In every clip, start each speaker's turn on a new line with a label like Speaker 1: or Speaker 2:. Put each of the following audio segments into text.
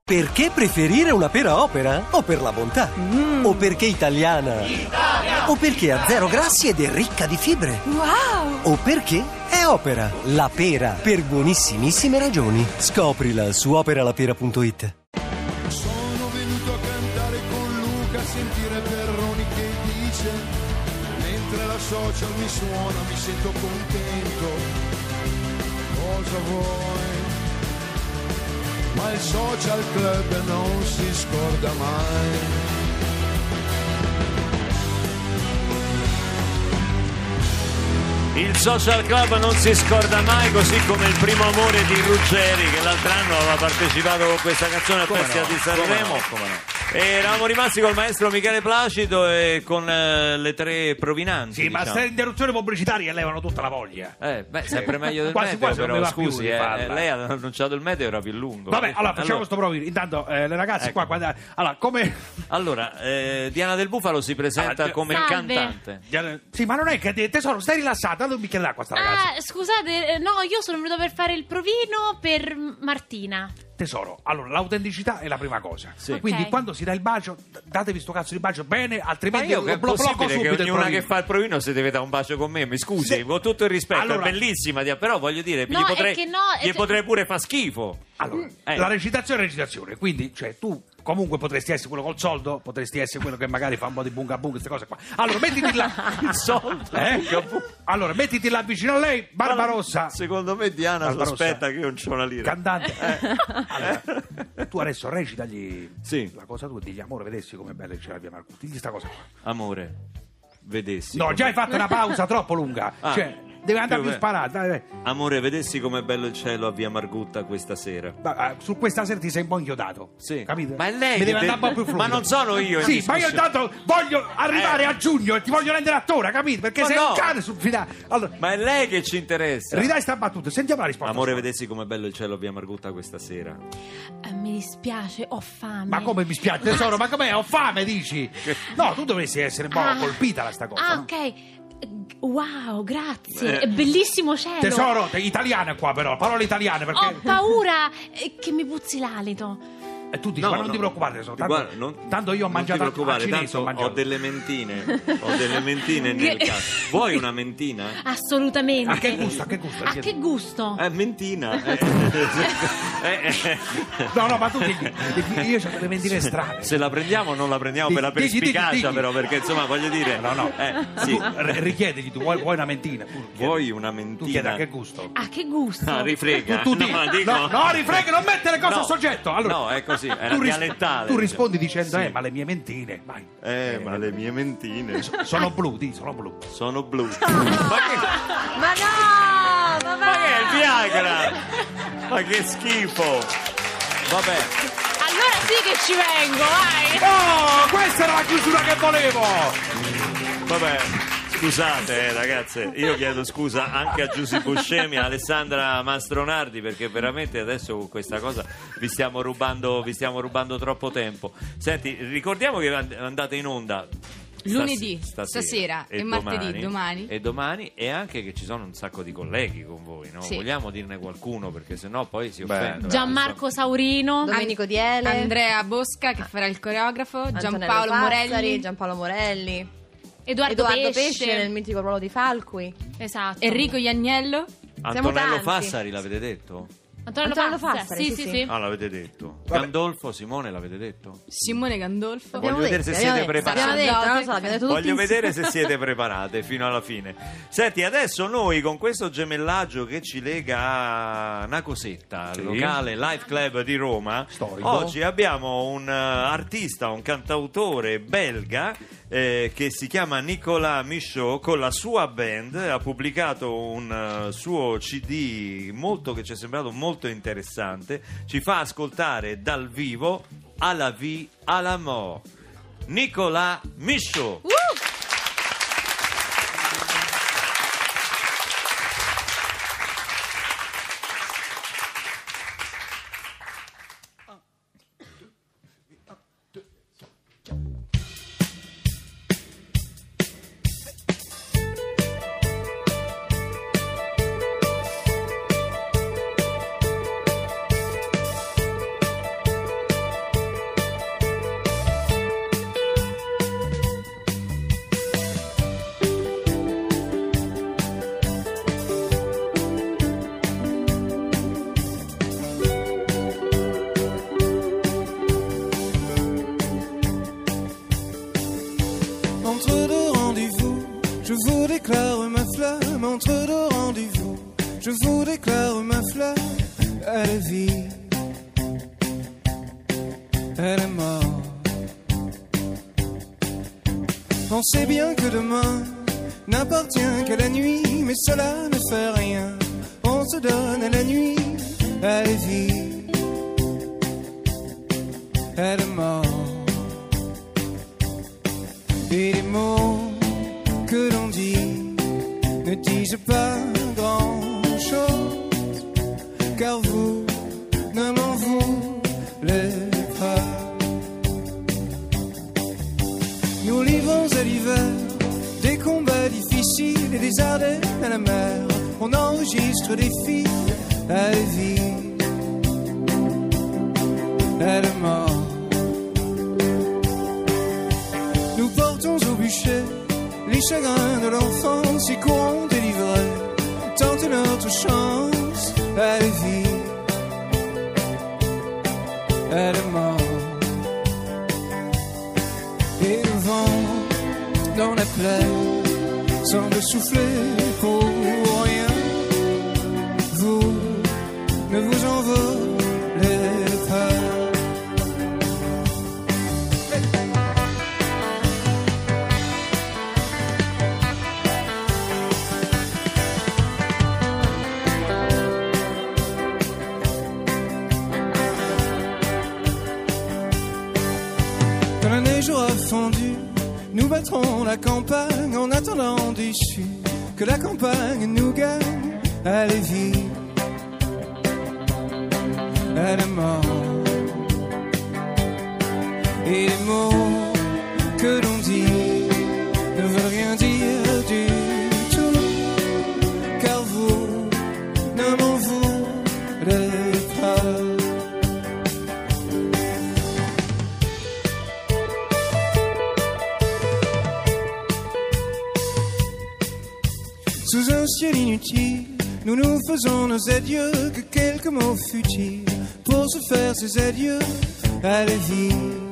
Speaker 1: Perché preferire una pera Opera? O per la bontà? O perché italiana? Italia! O perché ha 0 grassi ed è ricca di fibre?
Speaker 2: Wow!
Speaker 1: O perché è Opera, la pera, per buonissimissime ragioni. Scoprila su operalapera.it.
Speaker 3: Sono venuto a cantare con Luca, a sentire Perroni che dice: mentre la social mi suona mi sento contento. Cosa vuoi? Ma il social club non si scorda mai.
Speaker 4: Il Social Club non si scorda mai, così come il primo amore di Ruggeri, che l'altro anno aveva partecipato con questa canzone al Festival di Sanremo. E eravamo rimasti col maestro Michele Placido e con le tre provinanti.
Speaker 5: Sì, ma queste interruzioni pubblicitarie levano tutta la voglia.
Speaker 4: Sempre meglio del
Speaker 5: Quasi
Speaker 4: meteo,
Speaker 5: non mi
Speaker 4: però
Speaker 5: va più
Speaker 4: scusi,
Speaker 5: di farla.
Speaker 4: lei ha annunciato il meteo, era più lungo.
Speaker 5: Vabbè, allora facciamo questo provino. Intanto le ragazze qua guardate. Allora, come
Speaker 4: Allora, Diana del Bufalo si presenta come
Speaker 2: Salve.
Speaker 4: cantante.
Speaker 5: sì, ma non è che tesoro, stai rilassata, date un bicchiere d'acqua a sta ragazza.
Speaker 2: Scusate, no, io sono venuta per fare il provino per Martina.
Speaker 5: Tesoro, allora l'autenticità è la prima cosa.
Speaker 4: Sì.
Speaker 5: Quindi
Speaker 2: Ok.
Speaker 5: quando si dà il bacio, datevi sto cazzo di bacio bene,
Speaker 4: Ma
Speaker 5: altrimenti
Speaker 4: io che è
Speaker 5: blocco
Speaker 4: possibile che
Speaker 5: subito il
Speaker 4: ognuna
Speaker 5: provino.
Speaker 4: che fa il provino si deve dare un bacio con me? Mi scusi,
Speaker 5: Sì.
Speaker 4: con tutto il rispetto,
Speaker 5: Allora-
Speaker 4: è bellissima, però voglio dire,
Speaker 2: No,
Speaker 4: gli
Speaker 2: è
Speaker 4: potrei,
Speaker 2: che no,
Speaker 4: gli potrei pure far schifo.
Speaker 5: Allora,
Speaker 4: Eh.
Speaker 5: la recitazione è recitazione, quindi cioè tu comunque potresti essere quello col soldo, potresti essere quello che magari fa un po' di bunga bunga, queste cose qua. Allora, mettiti là.
Speaker 4: Il soldo.
Speaker 5: Allora, mettiti là vicino a lei, Barbarossa.
Speaker 4: Secondo me Diana
Speaker 5: Barbarossa.
Speaker 4: sospetta che io non c'ho una lira.
Speaker 5: Cantante. Allora, tu adesso recitagli
Speaker 4: Sì.
Speaker 5: la cosa tua, digli amore, vedessi com'è bella il cielo via Marcucci, digli sta cosa qua.
Speaker 4: Amore, vedessi.
Speaker 5: No,
Speaker 4: come-
Speaker 5: già hai fatto una pausa troppo lunga.
Speaker 4: Ah.
Speaker 5: Cioè, deve andare più
Speaker 4: Più
Speaker 5: sparata. Dai.
Speaker 4: Amore, vedessi com'è bello il cielo a via Margutta questa sera.
Speaker 5: Su questa sera ti sei un po' inchiodato.
Speaker 4: Sì.
Speaker 5: Capito?
Speaker 4: Ma è lei
Speaker 5: Mi
Speaker 4: che
Speaker 5: deve andare un po' più fluido.
Speaker 4: Ma non sono io in
Speaker 5: Sì, ma io
Speaker 4: discussione.
Speaker 5: intanto voglio arrivare a giugno e ti voglio rendere attore, capito? Perché
Speaker 4: Ma
Speaker 5: sei
Speaker 4: no.
Speaker 5: un cane sul finale. Allora,
Speaker 4: Ma è lei che ci interessa.
Speaker 5: ridai sta battuta, sentiamo la risposta.
Speaker 4: Amore, vedessi com'è bello il cielo a via Margutta questa sera.
Speaker 2: Mi dispiace, ho fame.
Speaker 5: Ma come mi spiace, tesoro? Ma com'è? Ho fame, dici? No, tu dovresti essere un po' colpita da sta cosa.
Speaker 2: Ah,
Speaker 5: no?
Speaker 2: ok. Wow, grazie. È bellissimo cielo.
Speaker 5: Tesoro, italiana qua però, parole italiane perché...
Speaker 2: Ho paura che mi puzzi l'alito.
Speaker 5: E tu dici,
Speaker 4: No,
Speaker 5: ma non
Speaker 4: no.
Speaker 5: ti preoccupare, tesoro. Tanto,
Speaker 4: Guarda,
Speaker 5: tanto io ho mangiato
Speaker 4: non ti preoccupare,
Speaker 5: al cinese,
Speaker 4: tanto
Speaker 5: ho mangiato.
Speaker 4: ho delle mentine. Ho delle mentine nel
Speaker 2: Che-
Speaker 4: caso. Vuoi una mentina?
Speaker 2: Assolutamente.
Speaker 5: A che gusto? A che gusto?
Speaker 2: A che gusto?
Speaker 4: Mentina.
Speaker 5: No, ma tu digli, io ho delle mentine strane.
Speaker 4: Se la prendiamo o non la prendiamo per la
Speaker 5: Digli,
Speaker 4: perspicacia,
Speaker 5: digli.
Speaker 4: però, perché insomma voglio dire.
Speaker 5: No.
Speaker 4: Sì.
Speaker 5: Richiedegli tu, vuoi una mentina?
Speaker 4: Vuoi una
Speaker 5: Tu chiedi a
Speaker 4: mentina?
Speaker 5: che gusto?
Speaker 2: A che gusto?
Speaker 4: Ah, rifrega.
Speaker 5: Tu
Speaker 4: No,
Speaker 5: digli.
Speaker 4: dico-
Speaker 5: No, rifrega, non mettere cose
Speaker 4: No.
Speaker 5: al soggetto. Allora,
Speaker 4: No, è così, era
Speaker 5: tu
Speaker 4: dialettale.
Speaker 5: Tu rispondi dicendo,
Speaker 4: Sì.
Speaker 5: ma le mie mentine, vai.
Speaker 4: Ma le mie mentine
Speaker 5: Sono blu, di, sono blu.
Speaker 4: sono blu.
Speaker 2: Ma no! Ma
Speaker 4: Ma che è il Viagra? Ma che schifo. Vabbè.
Speaker 2: Allora sì che ci vengo, vai!
Speaker 5: Oh, questa era la chiusura che volevo.
Speaker 4: Vabbè, scusate ragazze, io chiedo scusa anche a Giusy Buscemi, a Alessandra Mastronardi, perché veramente adesso con questa cosa vi stiamo rubando troppo tempo. Senti, ricordiamo che andate in onda
Speaker 6: lunedì, stasera e martedì, domani.
Speaker 4: E domani, e anche che ci sono un sacco di colleghi con voi, no?
Speaker 6: Sì.
Speaker 4: Vogliamo dirne qualcuno, perché sennò poi si offendono.
Speaker 2: Gianmarco Saurino.
Speaker 7: Domenico Diele,
Speaker 6: Andrea Bosca che farà il coreografo,
Speaker 7: Antonello
Speaker 6: Giampaolo
Speaker 7: Fazzari,
Speaker 6: Morelli,
Speaker 7: Giampaolo Morelli,
Speaker 2: Edoardo Pesce.
Speaker 7: Pesce nel mitico ruolo di Falqui.
Speaker 2: Esatto.
Speaker 6: Enrico Ianniello.
Speaker 7: Siamo
Speaker 4: Antonello
Speaker 7: tanti.
Speaker 4: Fassari l'avete detto?
Speaker 2: Antonello
Speaker 7: Fazzari,
Speaker 2: Fazzari. Sì, sì.
Speaker 4: Ah, l'avete detto. Gandolfo, Simone, l'avete detto?
Speaker 6: Simone Gandolfo.
Speaker 4: Voglio vedere se siete preparati.
Speaker 7: Abbiamo detto, non lo so, l'abbiamo detto tutti
Speaker 4: Voglio
Speaker 7: insieme.
Speaker 4: vedere se siete preparate fino alla fine. Senti, adesso noi con questo gemellaggio che ci lega a una cosetta, al locale Life Club di Roma,
Speaker 5: Storico.
Speaker 4: oggi abbiamo un artista, un cantautore belga che si chiama Nicolas Michaud. Con la sua band ha pubblicato un suo CD che ci è sembrato molto interessante. Ci fa ascoltare dal vivo À la vie, à la mort, Nicolas Michaud.
Speaker 3: entre deux rendez-vous, je vous déclare ma fleur à la vie. Elle est morte. On sait bien que demain n'appartient qu'à la nuit, mais cela ne fait rien. On se donne à la nuit, à la vie. Elle est morte. Et les mots que l'on dit ne disent pas grand-chose, car vous ne m'en voulez pas. Nous livrons à l'hiver des combats difficiles et des Ardennes à la mer. On enregistre des filles à la vie. Elle est morte. Nous portons au bûcher les chagrins de l'enfance et courons délivrer, tenter notre chance à la vie. Elle est morte. Et le vent dans la plaie semble souffler pour rien. Vous ne vous envolez pas. Quand la neige aura fondu, nous battrons la campagne en attendant déçu que la campagne nous gagne à la vie. Elle est morte. Et les mots que l'on dit ne veulent rien dire du tout, car vous ne m'en voulez pas. Sous un ciel inutile, nous nous faisons nos adieux, que quelques mots futiles pour se faire ces adieux à la vie.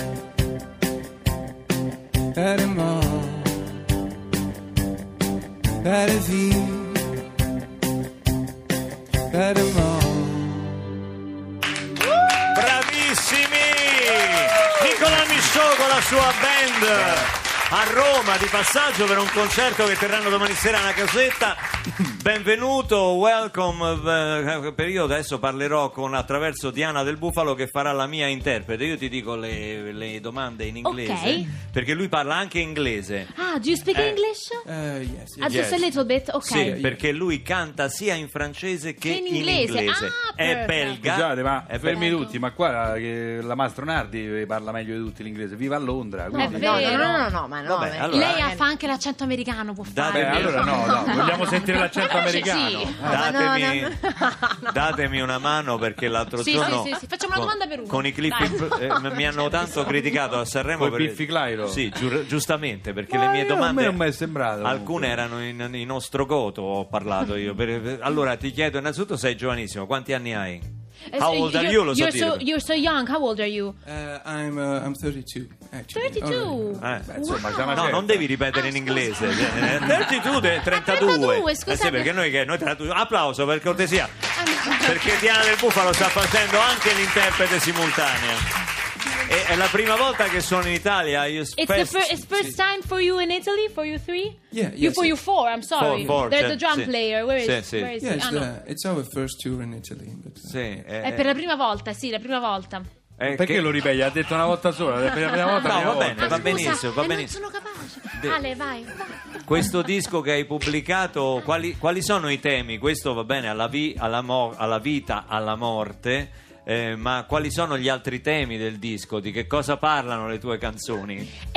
Speaker 3: Elle est morte. À la vie. Elle est morte.
Speaker 4: Bravissimi! Nicola Michaud con la sua band a Roma di passaggio per un concerto che terranno domani sera alla Casetta. Benvenuto, welcome. Per io adesso parlerò attraverso Diana del Bufalo, che farà la mia interprete. Io ti dico le domande in inglese,
Speaker 2: Ok.
Speaker 4: perché lui parla anche inglese.
Speaker 2: Ah, do you speak English?
Speaker 3: Yes,
Speaker 2: Ah, just a little bit, ok.
Speaker 4: Sì, perché lui canta sia in francese che
Speaker 2: in inglese. Ah,
Speaker 4: è
Speaker 2: perfect.
Speaker 4: belga.
Speaker 5: Scusate, ma
Speaker 4: È
Speaker 5: fermi
Speaker 2: belga.
Speaker 5: tutti, ma qua che la Mastronardi parla meglio di tutti l'inglese. Viva a Londra.
Speaker 2: È
Speaker 5: quindi-
Speaker 2: vero.
Speaker 7: No, ma no.
Speaker 4: Vabbè,
Speaker 7: beh.
Speaker 4: allora-
Speaker 2: Lei fa anche l'accento americano, può
Speaker 4: Date-
Speaker 2: fare.
Speaker 5: allora no, vogliamo sentire l'accento americano.
Speaker 2: Sì.
Speaker 4: Datemi,
Speaker 7: no.
Speaker 4: datemi una mano, perché l'altro
Speaker 2: Sì,
Speaker 4: giorno
Speaker 2: sì. Facciamo una domanda per uno.
Speaker 4: con i clip
Speaker 2: Dai.
Speaker 4: mi hanno tanto criticato a Sanremo
Speaker 5: Coi Biffi Clyro.
Speaker 4: Sì, giustamente, perché
Speaker 5: Ma
Speaker 4: le mie
Speaker 5: io- a me
Speaker 4: domande
Speaker 5: non mi è sembrato,
Speaker 4: alcune
Speaker 5: comunque.
Speaker 4: erano in ostrogoto, ho parlato io. Allora ti chiedo innanzitutto, sei giovanissimo, quanti anni hai? How old are you? Lo so dire.
Speaker 2: You're so young. How old are you?
Speaker 3: I'm 32, actually.
Speaker 2: 32.
Speaker 5: Insomma, c'è una
Speaker 4: No,
Speaker 5: certa.
Speaker 4: non devi ripetere in inglese. 32, 32.
Speaker 2: 32, scusate.
Speaker 4: Sì, perché noi 32. Applauso per cortesia. Perché Diana del Bufalo sta facendo anche l'interprete simultanea. È la prima volta che sono in Italia.
Speaker 2: It's first time for you in Italy, for you three?
Speaker 3: Yeah,
Speaker 2: You
Speaker 3: yes.
Speaker 2: for you four, I'm sorry.
Speaker 4: Four,
Speaker 2: They're
Speaker 4: sì,
Speaker 2: the drum
Speaker 4: sì.
Speaker 2: player. Where is,
Speaker 4: Sì, sì.
Speaker 2: where is
Speaker 3: Yeah,
Speaker 2: he? Ah, no.
Speaker 3: it's our first tour in Italy. But,
Speaker 4: Sì,
Speaker 2: È per la prima volta, sì, la prima volta.
Speaker 5: Perché lo ripeti? Ha detto una volta sola. La prima volta,
Speaker 4: No,
Speaker 5: prima
Speaker 4: va
Speaker 5: volta.
Speaker 4: bene, va benissimo, va
Speaker 2: non
Speaker 4: benissimo.
Speaker 2: sono capace. Ale, vai.
Speaker 4: Questo disco che hai pubblicato, quali sono i temi? Questo va bene, alla vita, alla morte. Ma quali sono gli altri temi del disco? Di che cosa parlano le tue canzoni?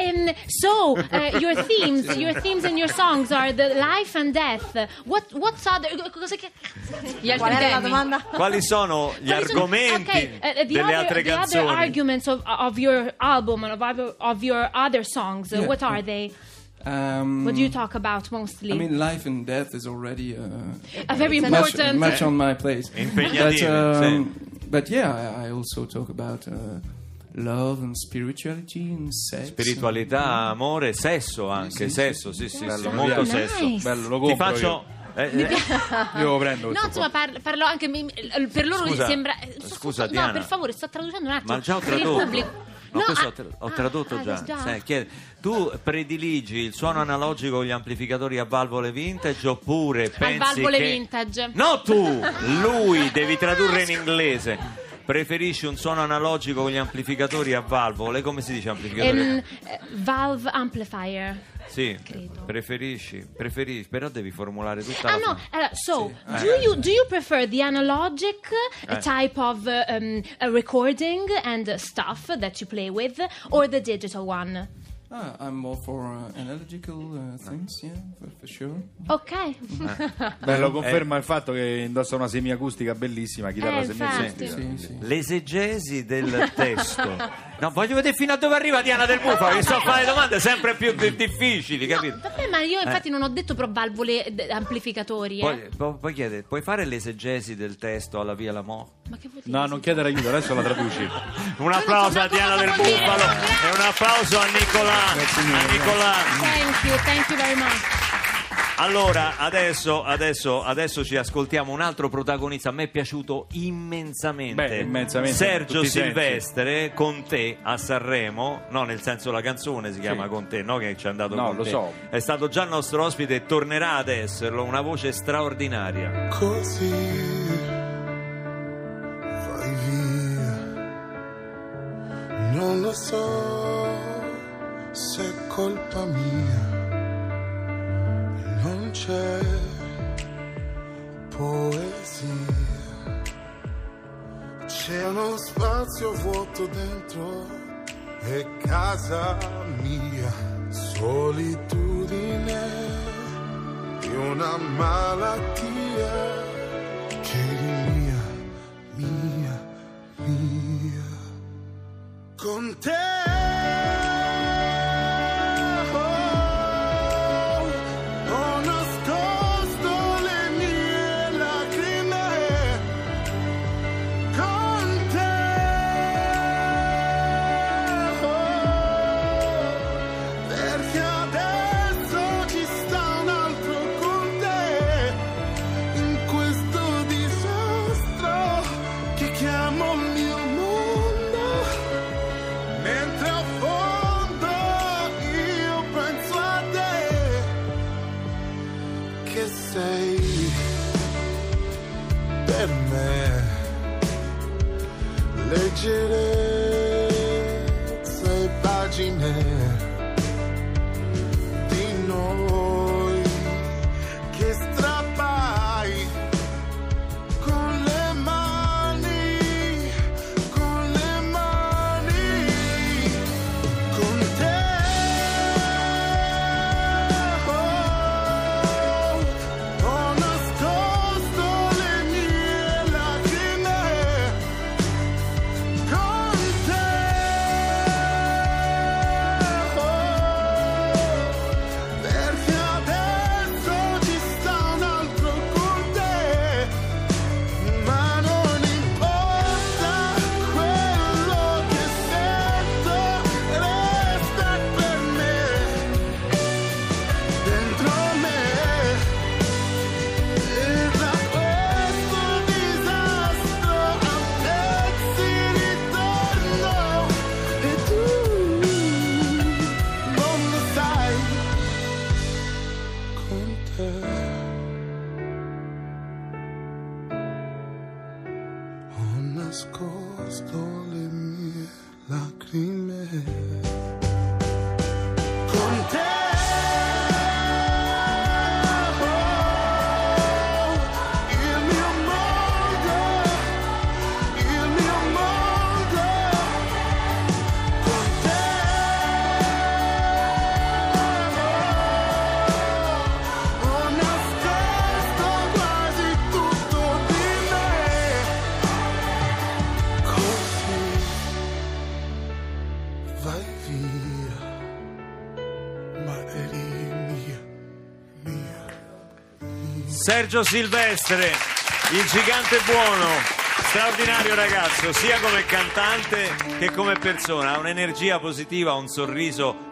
Speaker 2: Your themes and your songs are the life and death. What's other? Gli altri
Speaker 7: Qual era la
Speaker 2: temi?
Speaker 7: domanda?
Speaker 4: Quali sono gli argomenti delle altre
Speaker 2: The
Speaker 4: canzoni?
Speaker 2: other arguments of your album and of your other songs,
Speaker 3: Yeah.
Speaker 2: what are they? What do you talk about mostly?
Speaker 3: I mean, life and death is already
Speaker 2: A very
Speaker 3: much,
Speaker 2: important.
Speaker 3: much on my plate.
Speaker 4: Impegnativo,
Speaker 3: But yeah, I also talk about love and spirituality and sex.
Speaker 4: Spiritualità, amore, sesso anche, sesso, sì,
Speaker 3: Sì,
Speaker 4: sì,
Speaker 3: bello,
Speaker 4: sì,
Speaker 5: mi
Speaker 4: molto
Speaker 5: piace.
Speaker 4: sesso.
Speaker 2: Nice.
Speaker 5: Bello, lo
Speaker 4: Ti
Speaker 5: compro
Speaker 4: faccio,
Speaker 5: io. Io lo prendo.
Speaker 2: No, insomma, parlo anche per loro.
Speaker 4: Scusa,
Speaker 2: sembra.
Speaker 4: scusa,
Speaker 2: no,
Speaker 4: Diana.
Speaker 2: per favore, sto traducendo un attimo.
Speaker 4: Ma già ho
Speaker 2: per il
Speaker 4: tradotto.
Speaker 2: pubblico.
Speaker 4: No, questo ho tradotto già.
Speaker 2: già.
Speaker 4: Tu prediligi il suono analogico con gli amplificatori a valvole vintage oppure pensi
Speaker 2: valvole
Speaker 4: che...
Speaker 2: vintage.
Speaker 4: No, lui devi tradurre in inglese. Preferisci un suono analogico con gli amplificatori a valvole? Come si dice amplificatori?
Speaker 2: Valve amplifier.
Speaker 4: Sì,
Speaker 2: credo.
Speaker 4: preferisci, però devi formulare tutta
Speaker 2: Ah
Speaker 4: la
Speaker 2: no, so do you prefer the analogic type of recording and stuff that you play with, or the digital one?
Speaker 8: I'm more for analogical things, yeah, for sure.
Speaker 2: Ok.
Speaker 5: Beh, lo conferma il fatto che indossa una semiacustica bellissima, chitarra
Speaker 2: infatti.
Speaker 5: semiacustica.
Speaker 8: Sì.
Speaker 4: L'esegesi del testo. No, voglio vedere fino a dove arriva Diana del Bufalo, che sto a fare domande sempre più difficili, capito?
Speaker 2: Vabbè, ma io infatti non ho detto però valvole amplificatori.
Speaker 4: Poi chiede, puoi fare l'esegesi del testo alla Via Lamò?
Speaker 2: Ma che vuol dire?
Speaker 5: No, non chiedere aiuto, adesso la traduci.
Speaker 4: Un applauso a
Speaker 2: so
Speaker 4: Diana
Speaker 2: cosa
Speaker 4: del
Speaker 2: vuol dire.
Speaker 4: Bufalo e un applauso a Nicolà.
Speaker 2: Thank you very much.
Speaker 4: Allora, adesso ci ascoltiamo un altro protagonista. A me è piaciuto immensamente.
Speaker 5: Beh, immensamente,
Speaker 4: Sergio
Speaker 5: tutti i sensi.
Speaker 4: Silvestre con te a Sanremo. No, nel senso la canzone si chiama Con te, no? Che ci è andato
Speaker 5: No,
Speaker 4: con
Speaker 5: lo
Speaker 4: te.
Speaker 5: so.
Speaker 4: È stato già il nostro ospite e tornerà ad esserlo. Una voce straordinaria.
Speaker 3: Così vai via, non lo so se è colpa mia, non c'è poesia, c'è uno spazio vuoto dentro, è casa mia, solitudine di una malattia che è mia, con te. Ho nascosto le mie lacrime, con te. Perché adesso ci sta un altro con te, in questo disastro che chiamo il mio mondo, mentre affondo io penso a te, che sei per me leggerezza e pagine di noi che strappai con le mani, con te. Ho nascosto le mie lacrime, con te. Perché adesso ci sta un altro con te, ma non importa quello che sento, resta per me, dentro me, e da questo disastro a pezzi ritorno, e tu non lo sai, con te. Ho nascosto le mie lacrime, con te. Il mio mondo, con te. Ho nascosto quasi tutto di me, così vai via, ma eri mia.
Speaker 4: Sergio Silvestre, il gigante buono, straordinario ragazzo, sia come cantante che come persona, ha un'energia positiva, un sorriso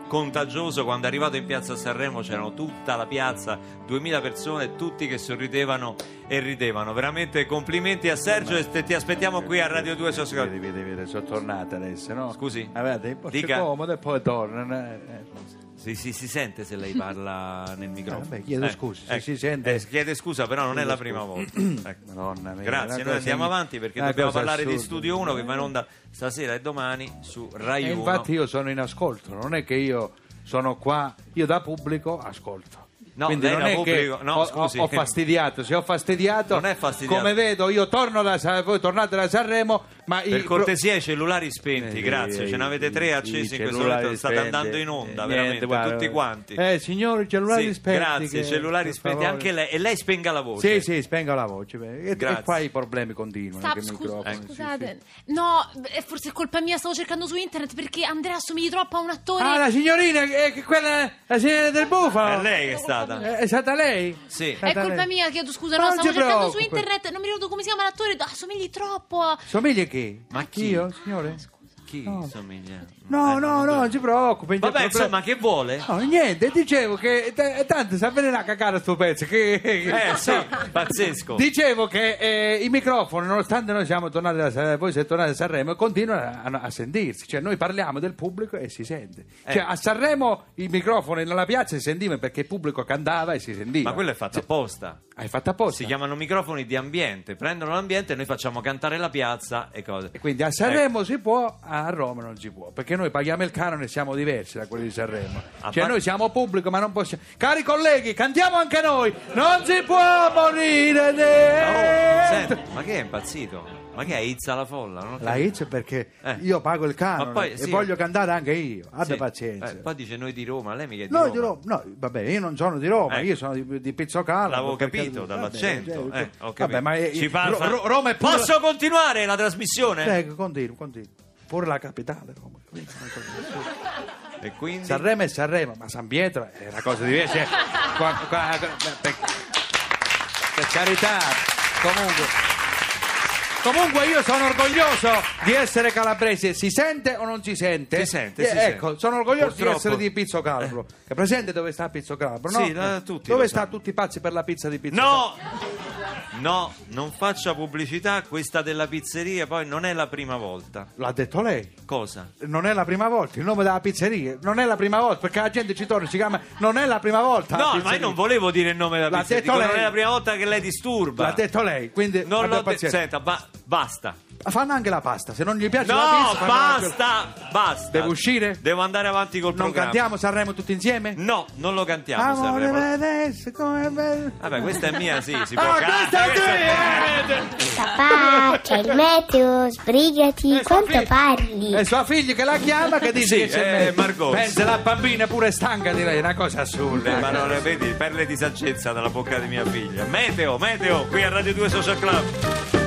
Speaker 4: contagioso. Quando è arrivato in piazza Sanremo c'erano tutta la piazza, 2000 persone, tutti che sorridevano e ridevano. Veramente complimenti a Sergio e ti aspettiamo qui a Radio 2 Social Club.
Speaker 9: Vedi, sono tornata adesso, no?
Speaker 4: Scusi?
Speaker 9: Avete un po'
Speaker 4: Dica.
Speaker 9: comodo e poi torna.
Speaker 4: Si sente se lei parla nel microfono.
Speaker 9: Vabbè, chiedo scusa, se si sente.
Speaker 4: Chiede scusa, però non è la prima volta. Ecco.
Speaker 9: Madonna mia,
Speaker 4: Grazie, noi andiamo avanti perché dobbiamo parlare di Studio 1 che va in onda stasera e domani su Rai 1.
Speaker 9: Infatti io sono in ascolto, non è che io sono qua, io da pubblico ascolto.
Speaker 4: No,
Speaker 9: quindi
Speaker 4: lei
Speaker 9: non
Speaker 4: da
Speaker 9: è
Speaker 4: pubblico,
Speaker 9: che
Speaker 4: no, scusi.
Speaker 9: ho fastidiato, se ho fastidiato,
Speaker 4: non è fastidiato.
Speaker 9: Come vedo io torno voi tornate da Sanremo, ma
Speaker 4: per cortesia i cellulari spenti, grazie, ce n'avete 3 accesi in questo momento, state andando in onda, veramente, guarda, tutti quanti.
Speaker 9: Signori, cellulari spenti.
Speaker 4: Grazie, cellulari spenti, anche lei, e lei spenga la voce.
Speaker 9: Sì, spenga la voce, e qua i problemi continuano.
Speaker 2: Scusate, no, forse è colpa mia, stavo cercando su internet perché Andrea assomigli troppo a un attore.
Speaker 9: Ah, la signorina, quella, la signora del bufalo.
Speaker 4: È lei che è stata.
Speaker 9: È stata lei?
Speaker 4: Sì.
Speaker 2: È colpa mia, chiedo scusa, no, stavo cercando su internet, non mi ricordo come si chiama l'attore, assomigli troppo a...
Speaker 9: Somiglia chi?
Speaker 4: Ma chi?
Speaker 9: Io, signore?
Speaker 4: Chi somiglia?
Speaker 9: No, non si preoccupi.
Speaker 4: Vabbè, insomma, che vuole?
Speaker 9: No, niente, dicevo che tanto sa venire a cagare sto pezzo.
Speaker 4: Sì, pazzesco.
Speaker 9: Dicevo che i microfoni, nonostante noi siamo tornati voi siete tornati a Sanremo, continuano a sentirsi. Cioè, noi parliamo del pubblico e si sente. Cioè, a Sanremo i microfoni nella piazza si sentivano perché il pubblico cantava e si sentiva.
Speaker 4: Ma quello è fatto apposta.
Speaker 9: Hai fatto apposta?
Speaker 4: Si chiamano microfoni di ambiente, prendono l'ambiente e noi facciamo cantare la piazza e cose.
Speaker 9: E quindi a Sanremo si può, a Roma non si può, perché noi paghiamo il canone e siamo diversi da quelli di Sanremo. Cioè noi siamo pubblico ma non possiamo. Cari colleghi, cantiamo anche noi. Non si può morire
Speaker 4: senti, ma che è impazzito? Ma che è Izza la folla? Non
Speaker 9: la Izza perché io pago il canone
Speaker 4: poi,
Speaker 9: e voglio cantare anche io. Abbia pazienza.
Speaker 4: Poi dice noi di Roma, lei mica è di
Speaker 9: Roma. No, vabbè, io non sono di Roma, io sono di Pizzocalo.
Speaker 4: L'avevo capito dall'accento. Ho capito.
Speaker 9: Vabbè, ma
Speaker 4: ci parla...
Speaker 9: Roma è pure...
Speaker 4: Posso continuare la trasmissione?
Speaker 9: Prego, continui. Pure la capitale Roma.
Speaker 4: E quindi?
Speaker 9: Sanremo è Sanremo, ma San Pietro è una cosa diversa. Per carità, comunque io sono orgoglioso di essere calabrese. Si sente o non si sente?
Speaker 4: Si sente.
Speaker 9: Sono orgoglioso di essere di Pizzo Calabro. È presente dove sta Pizzo Calabro? No?
Speaker 4: Sì, tutti.
Speaker 9: Dove sta tutti i pazzi per la pizza di Pizzo Calabro?
Speaker 4: No, non faccia pubblicità, questa della pizzeria poi non è la prima volta.
Speaker 9: L'ha detto lei.
Speaker 4: Cosa?
Speaker 9: Non è la prima volta, il nome della pizzeria non è la prima volta, perché la gente ci torna e si chiama non è la prima volta.
Speaker 4: No, ma io non volevo dire il nome della pizzeria, non è la prima volta che lei disturba.
Speaker 9: L'ha detto lei, quindi
Speaker 4: non l'ho detto. Senta, basta.
Speaker 9: Fanno anche la pasta, se non gli piace la pizza.
Speaker 4: Basta.
Speaker 9: Devo uscire?
Speaker 4: Devo andare avanti col programma.
Speaker 9: Non cantiamo Sanremo tutti insieme?
Speaker 4: No, non lo cantiamo Sanremo. Vabbè, questa è mia, sì, si può cantare.
Speaker 10: Papà, c'è il meteo, sbrigati, quanto parli?
Speaker 9: È sua figlia che la chiama, che dice che c'è
Speaker 4: Margot.
Speaker 9: Pensa, la bambina è pure stanca di lei, è una cosa assurda.
Speaker 4: Ma non vedi, perle di saggezza dalla bocca di mia figlia. Meteo, qui a Radio 2 Social Club.